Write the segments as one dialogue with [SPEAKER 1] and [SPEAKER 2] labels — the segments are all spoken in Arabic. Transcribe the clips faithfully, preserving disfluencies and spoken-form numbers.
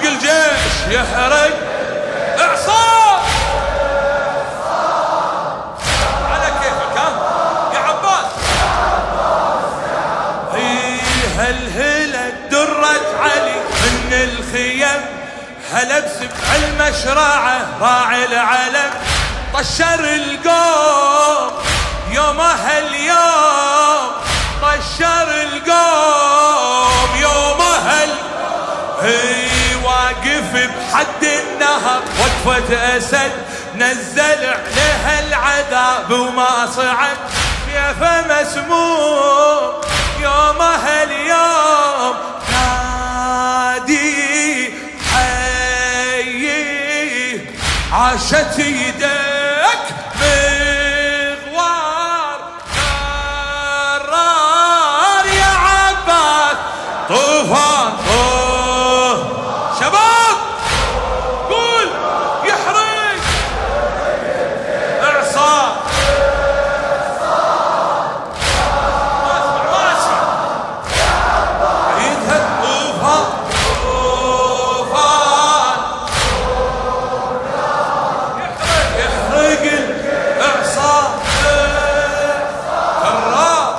[SPEAKER 1] الجيش يحرق اعصار على كيفك ها يا عباس. هلهلت درة علي من الخيم، هلا بسبع المشرعة راعي العلم، طشر القوم يومها اليوم، طشر القوم يومها اليوم. هي واقف بحد النهر وقفة أسد، نزل عليها العذاب وما صعد، كيفه مسموم يومها اليوم. نادي حيي عاشت يدك مغوار كرار يا عباس طوفان. أوه شباب قول يحرق اعصار. ما اسمع ما اسمع عيدها طوفان طوفان يحرق الاعصار كرار.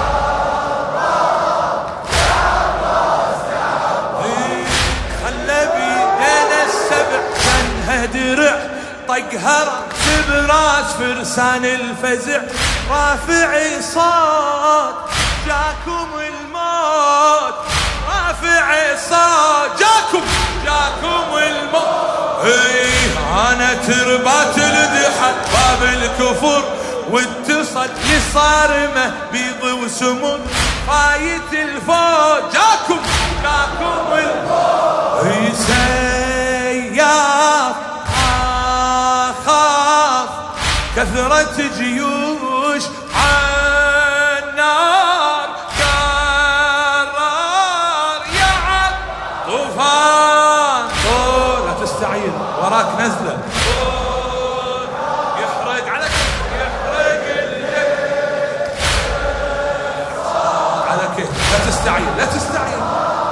[SPEAKER 1] خلى بيدينا السبع كانها درع، طقها راس براس فرسان الفزع، رافع صوت جاكم الموت، رافع صوت جاكم جاكم الموت. ايه انا تربات الذحى باب الكفر، واتصل لصارمه بيض وسمر، فايت الفوت جاكم جاكم الموت. اي سياف اخاف كثرة جيوش عالنار كرار يا عب طوفان. طول لا تستعين وراك نزله طول يحرق على يحرق الجيش على كيف. لا تستعين لا تستعين.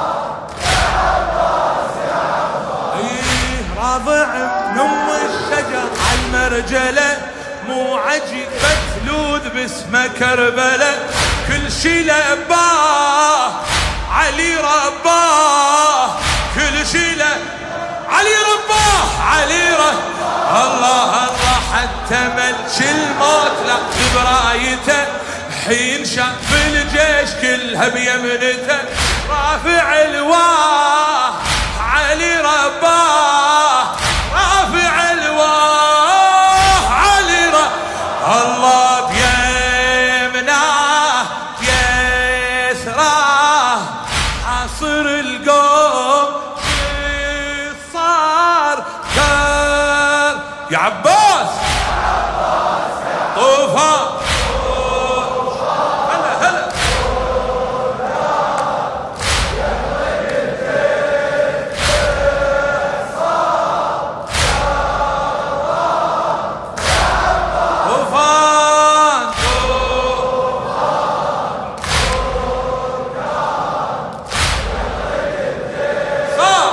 [SPEAKER 1] ايه راضع من ام الشجر عالمرجله، مو عجيب متلوذ باسمه كربله، كل شي لباه علي رباه، كل شي له علي رباه علي رباه. الله الله حتى ملك الموت لا برايته، حين شاف الجيش كلها بيمنته، رافع الواه علي رباه، رافع الواه علي رباه. الله بيمناه بيسراه، حاصر القوم صار كار يا عباس طوفان. هلا هلا طوفان صار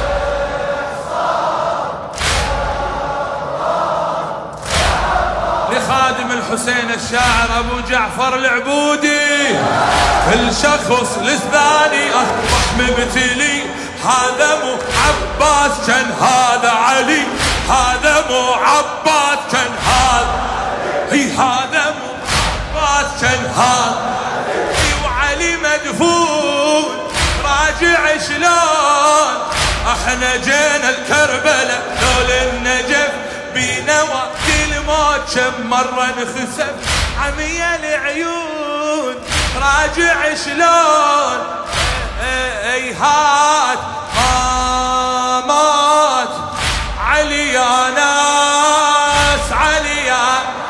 [SPEAKER 1] لخادم الحسين الشاعر ابو جعفر العبودي، كل شخص للثاني اصبح مبتلي، هذا مو عباس كان هذا علي، هذا مو عباس كان هذا هي، هذا مو عباس كان هذا هي، وعلي مدفون راجع شلون. احنا جينا الكربلة لول النجف بينا وقت الموت، كم مرة نخسف عمي العيون راجع شلون. اي هات ما مات علي يا ناس علي يا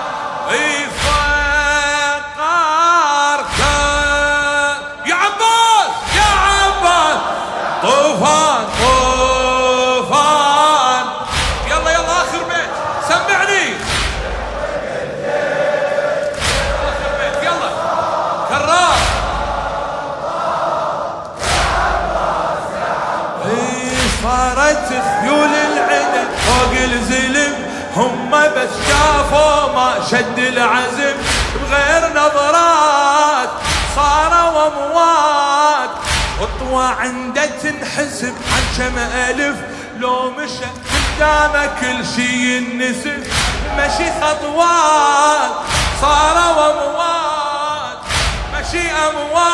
[SPEAKER 1] فقار يا عباس يا عباس طوفان طوفان. يلا يلا اخر بيت سمعني اخر بيت يلا كرار. صار
[SPEAKER 2] جرت خيول العدل فوق الزلم، هم بس شافوا ما شد العزم، بغير نظرات صاروا اموات، خطوة عنده تنحسب عن كم الف، لو مشى قدامه كل شي ينسب، مشي خطوات صاروا اموات، مشي اموات.